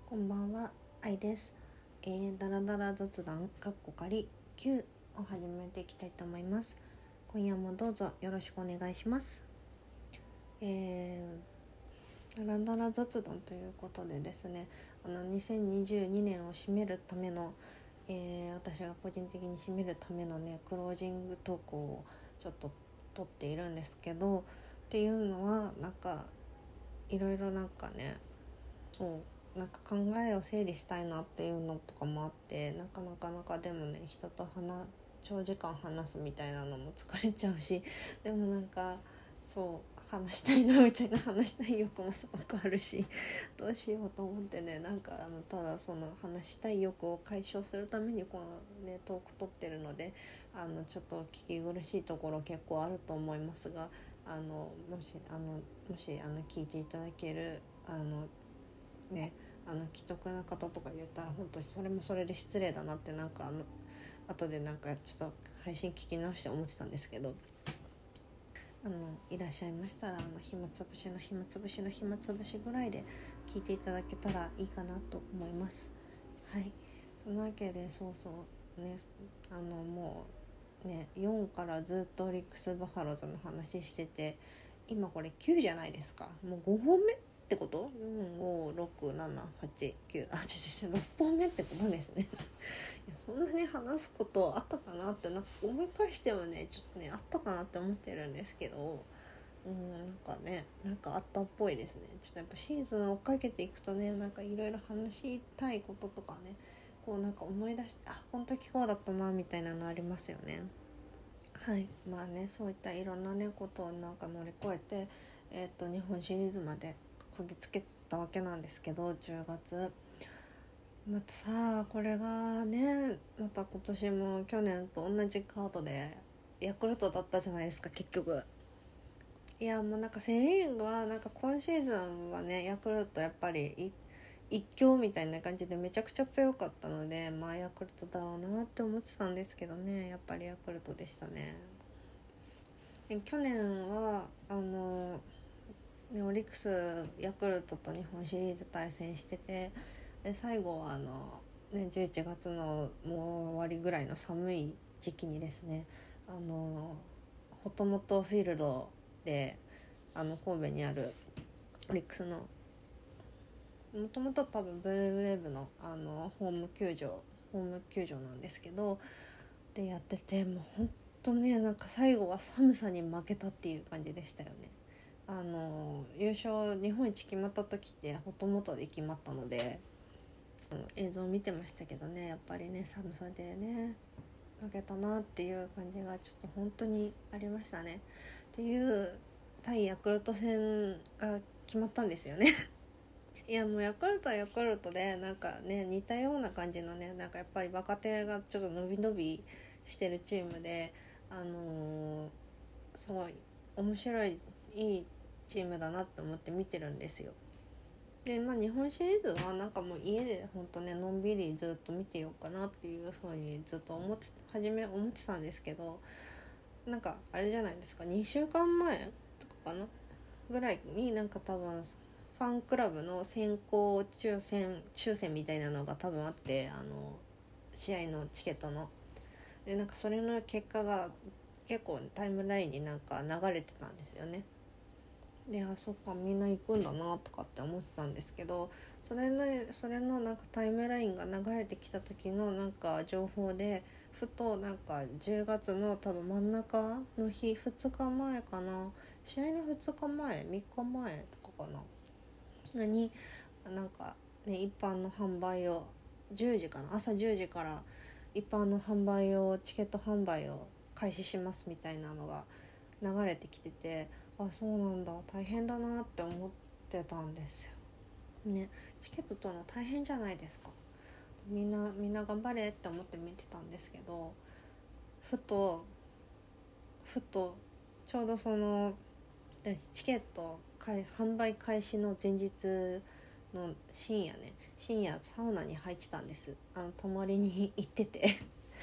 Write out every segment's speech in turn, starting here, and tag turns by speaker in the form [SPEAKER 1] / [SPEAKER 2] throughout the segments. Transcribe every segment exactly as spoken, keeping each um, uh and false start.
[SPEAKER 1] こんばんは、あいです。えー、だらだら雑談かっこかりきゅうを始めていきたいと思います。今夜もどうぞよろしくお願いします。えー、だらだら雑談ということでですね、あのにせんにじゅうにねんを締めるための、えー、私が個人的に締めるためのねクロージング投稿をちょっと撮っているんですけど、っていうのはなんかいろいろなんかねそうなんか考えを整理したいなっていうのとかもあって、なかなかなかでもね人と話長時間話すみたいなのも疲れちゃうし、でもなんかそう話したいなみたいな話したい欲もすごくあるし、どうしようと思ってね、なんかあのただその話したい欲を解消するためにこのねトーク撮ってるので、あのちょっと聞き苦しいところ結構あると思いますが、あのもしあのもしあの聞いていただけるあのねあの既得な方とか言ったら本当にそれもそれで失礼だなって、なんかあの後でなんかちょっと配信聞き直して思ってたんですけど、あのいらっしゃいましたらあの暇つぶしの暇つぶしの暇つぶしぐらいで聞いていただけたらいいかなと思います。はい、そのわけでそうそうね、あのもうねよんからずっとオリックスバファローズの話してて、今これきゅうじゃないですか。もうごほんめってこと？ よん、ご、ろく、なな、はち、きゅう、あ、ちょちょろっぽんめってことですね。いやそんなに話すことあったかなってなんか思い返してもねちょっとねあったかなって思ってるんですけど、うんなんかねなんかあったっぽいですね。ちょっとやっぱシーズンを追っかけていくとね、なんかいろいろ話したいこととかね、こうなんか思い出して、あこの時こうだったなみたいなのありますよね。はい、まあねそういったいろんなねことをなんか乗り越えて、えっと日本シリーズまでこぎつけたわけなんですけど、じゅうがつまたさこれがねまた今年も去年と同じカードでヤクルトだったじゃないですか結局。いやもうなんかセ・リーグはなんか今シーズンはねヤクルトやっぱり一強みたいな感じでめちゃくちゃ強かったので、まあヤクルトだろうなって思ってたんですけどね、やっぱりヤクルトでしたね。で去年はあの、ね、オリックスヤクルトと日本シリーズ対戦してて、で最後はあの、ね、じゅういちがつのもう終わりぐらいの寒い時期にですね、あのホトモトフィールドであの神戸にあるオリックスのもともと多分ブルーウェーブの、あのホーム球場ホーム球場なんですけど、でやってて、もうほんとねなんか最後は寒さに負けたっていう感じでしたよね。あの優勝日本一決まった時ってほともとで決まったので、映像見てましたけどね、やっぱりね寒さでね負けたなっていう感じがちょっと本当にありましたね。っていう対ヤクルト戦が決まったんですよね。いやもうヤクルトはヤクルトでなんかね似たような感じのね、なんかやっぱり若手がちょっと伸び伸びしてるチームで、あのー、すごい面白いいいチームだなって思って見てるんですよ。でまあ日本シリーズはなんかもう家でほんとねのんびりずっと見てようかなっていう風にずっと思って初め思ってたんですけど、なんかあれじゃないですか、にしゅうかんまえとかかなぐらいになんか多分ファンクラブの先行抽選抽選みたいなのが多分あって、あの試合のチケットのでなんかそれの結果が結構タイムラインになんか流れてたんですよね。であそっかみんな行くんだなとかって思ってたんですけど、それのそれのなんかタイムラインが流れてきた時のなんか情報で、ふとなんかじゅうがつの多分真ん中の日ふつかまえかな、試合のふつかまえみっかまえとかかなになんかね一般の販売をじゅうじかな朝じゅうじから一般の販売をチケット販売を開始しますみたいなのが流れてきてて、あそうなんだ大変だなって思ってたんですよね。チケット取るの大変じゃないですか。みんなみんな頑張れって思って見てたんですけど、ふとふとちょうどそのチケット販売開始の前日の深夜ね深夜サウナに入ってたんです。あの泊まりに行ってて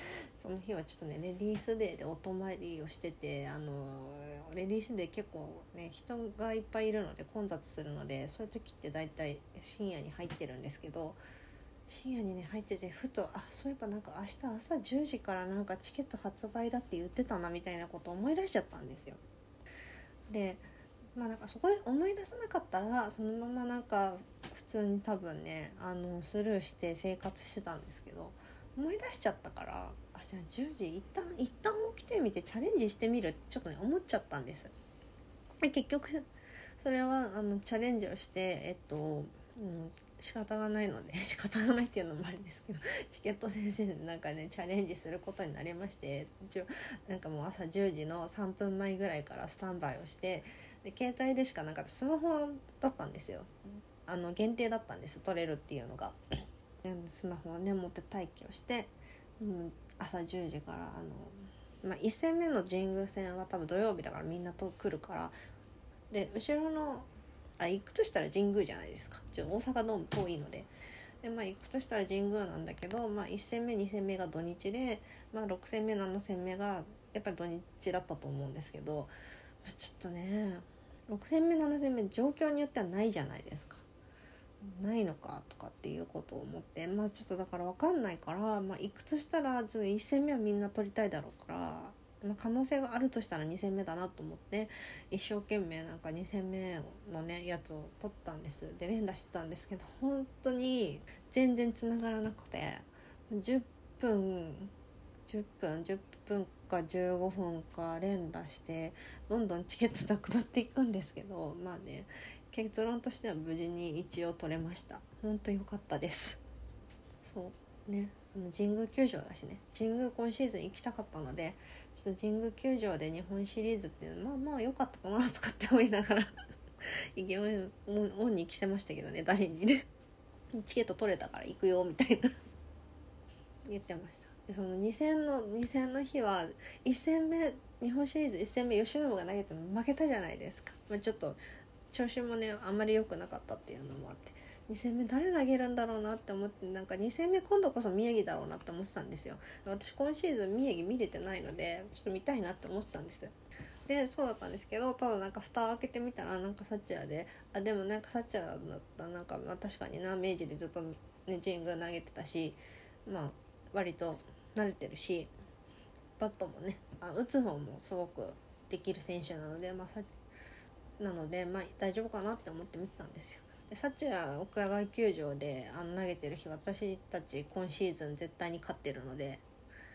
[SPEAKER 1] その日はちょっとねレディースデーでお泊まりをしてて、あのレディースデー結構ね人がいっぱいいるので混雑するので、そういう時ってだいたい深夜に入ってるんですけど、深夜にね入っててふとあそういえばなんか明日朝じゅうじからなんかチケット発売だって言ってたなみたいなことを思い出しちゃったんですよ。でまあなんかそこで思い出さなかったらそのままなんか普通に多分ねあのスルーして生活してたんですけど、思い出しちゃったから、あじゃあじゅうじ一旦一旦起きてみてチャレンジしてみるってちょっとね思っちゃったんです。で結局それはあのチャレンジをしてえっと、うん、仕方がないので仕方がないっていうのもあれですけどチケット先生でなんかねチャレンジすることになりまして、なんかもう朝じゅうじのさんぷんまえぐらいからスタンバイをして、で携帯でしかなんかスマホだったんですよ。あの限定だったんです、取れるっていうのがスマホをね持って待機をして、うん、朝じゅうじからあの、まあ、いっ戦目の神宮戦は多分土曜日だからみんなと来るから、で後ろのあ行くとしたら神宮じゃないですか、ちょ大阪ドーム遠いので、で、まあ、行くとしたら神宮なんだけど、まあ、いち戦目に戦目が土日で、まあ、ろく戦目なな戦目がやっぱり土日だったと思うんですけど、まあ、ちょっとねろく戦目なな戦目状況によってはないじゃないですか、ないのかとかっていうことを思って、まあちょっとだから分かんないから、まあ、行くとしたらちょっといち戦目はみんな取りたいだろうから、まあ、可能性があるとしたらに戦目だなと思って一生懸命なんかに戦目のねやつを取ったんです。で連打してたんですけど本当に全然つながらなくて、じゅっぷんじゅっぷんじゅっぷんかじゅうごふんか連打してどんどんチケットなくなっていくんですけど、まあね結論としては無事に一応取れました。本当良かったです。そうね、あの神宮球場だしね、神宮今シーズン行きたかったのでちょっと神宮球場で日本シリーズっていうのはまあまあ良かったかなとかって思いながら意見をオンに着せましたけどね、誰にねチケット取れたから行くよみたいな言ってました。でそのに戦のに戦の日はいち戦目日本シリーズいち戦目吉野が投げて負けたじゃないですか、まあ、ちょっと調子もねあんまり良くなかったっていうのもあってに戦目誰投げるんだろうなって思って、なんかに戦目今度こそ宮城だろうなって思ってたんですよ。私今シーズン宮城見れてないのでちょっと見たいなって思ってたんですよ。でそうだったんですけど、ただなんか蓋を開けてみたらなんかサッチャーで、あでもなんかサッチャーだったらなんか、まあ、確かにな明治でずっと、ね、神宮投げてたし、まあ割と慣れてるしバットもねあ打つ方もすごくできる選手なので、まあ、さなので、まあ、大丈夫かなって思って見てたんですよ。でサチは屋外球場であの投げてる日私たち今シーズン絶対に勝ってるので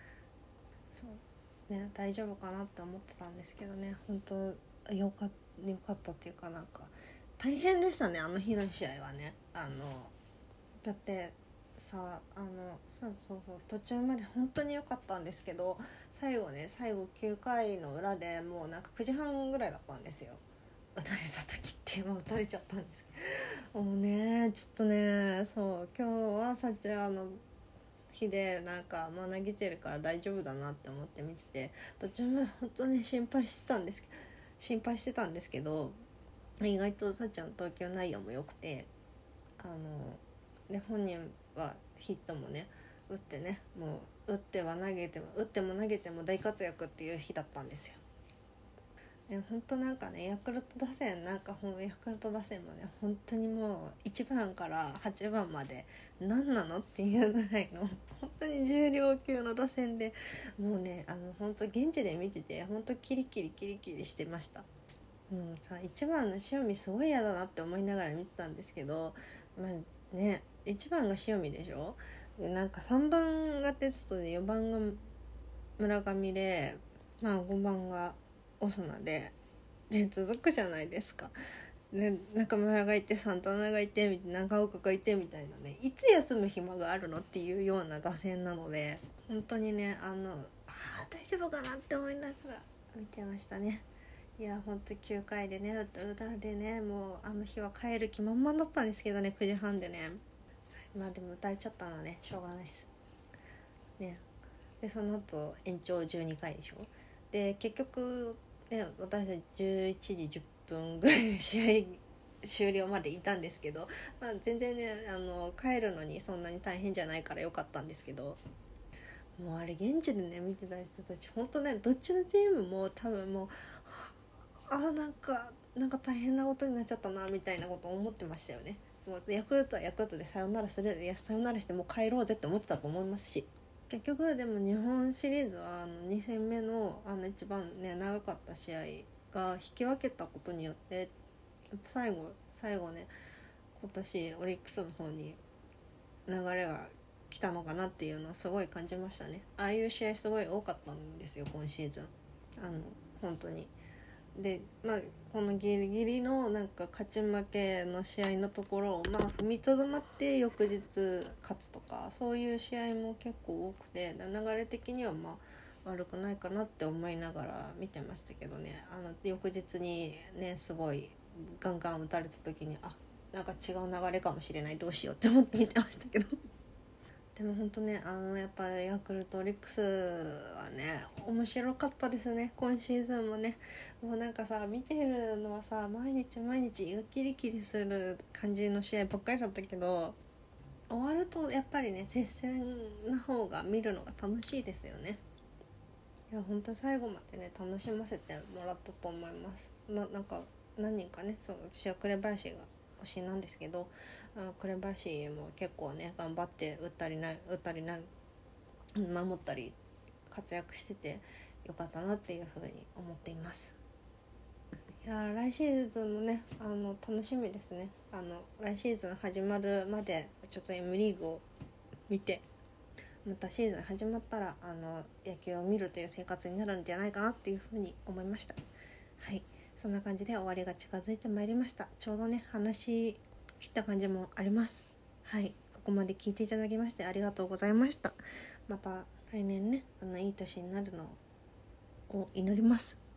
[SPEAKER 1] そうね大丈夫かなって思ってたんですけどね、本当よかよかったっていうかなんか大変でしたね、あの日の試合はね。あのだってさあのさそうそう途中まで本当に良かったんですけど、最後ね最後きゅうかいの裏でもうなんかくじはんぐらいだったんですよ、打たれた時って。まあ打たれちゃったんですけどもうねちょっとねそう今日はさっちあの日でなんかまあ投げてるから大丈夫だなって思って見てて、途中まで本当に心配してたんですけど心配してたんですけど意外とさっちゃんの投球内容も良くて、あので本人はヒットもね打ってねもう打っては投げても打っても投げても大活躍っていう日だったんですよ。で本当なんかねヤクルト打線なんかほんヤクルト打線もね本当にもういちばんからはちばんまで何なのっていうぐらいの本当に重量級の打線で、もうねあの本当現地で見てて本当キリキリキリキリしてました。うん、さいちばんの塩見すごい嫌だなって思いながら見てたんですけど、まあねいちばんが塩見でしょ、でなんかさんばんがテツトでよんばんが村上で、まあ、ごばんがオスナでで続くじゃないですか。で中村がいてサンタナがいてみたいな長岡がいてみたいなね、いつ休む暇があるのっていうような打線なので本当にねあのあ大丈夫かなって思いながら見てましたね。いやほんときゅうかいでね歌でねもうあの日は帰る気満々だったんですけどねくじはんでね、まあでも歌えちゃったのねしょうがないっすね。でその後延長じゅうにかいでしょ。で結局ね私たちじゅういちじじゅっぷんぐらいで試合終了までいたんですけど、まあ、全然ねあの帰るのにそんなに大変じゃないからよかったんですけど、 もうあれ現地でね見てた人たち本当ね、どっちのチームも多分もうあなんかなんか大変なことになっちゃったなみたいなことを思ってましたよね。もうヤクルトはヤクルトでさよならする、いやさよならしてもう帰ろうぜって思ってたと思いますし、結局でも日本シリーズはあのに戦目のあの一番ね長かった試合が引き分けたことによって最後最後ね今年オリックスの方に流れが来たのかなっていうのはすごい感じましたね。ああいう試合すごい多かったんですよ今シーズン。あの本当にで、まあ、このギリギリのなんか勝ち負けの試合のところを、まあ、踏みとどまって翌日勝つとかそういう試合も結構多くて、流れ的にはまあ悪くないかなって思いながら見てましたけどね。あの翌日にねすごいガンガン打たれた時にあなんか違う流れかもしれない、どうしようって思って見てましたけどでも本当ね、あのやっぱヤクルトオリックスはね面白かったですね今シーズンもね。もうなんかさ見てるのはさ毎日毎日胃がキリキリする感じの試合ばっかりだったけど、終わるとやっぱりね接戦な方が見るのが楽しいですよね。いや本当最後までね楽しませてもらったと思います。まあなんか何人かね、そう私は紅林が推しなんですけど、紅林も結構ね頑張って打ったりな打ったりな守ったり活躍しててよかったなっていうふうに思っています。いや来シーズンもねあの楽しみですね。あの来シーズン始まるまでちょっと M リーグを見て、またシーズン始まったらあの野球を見るという生活になるんじゃないかなっていうふうに思いました。はい、そんな感じで終わりが近づいてまいりました。ちょうどね話切った感じもあります。はい、ここまで聞いていただきましてありがとうございました。また来年ねあのいい年になるのを祈ります。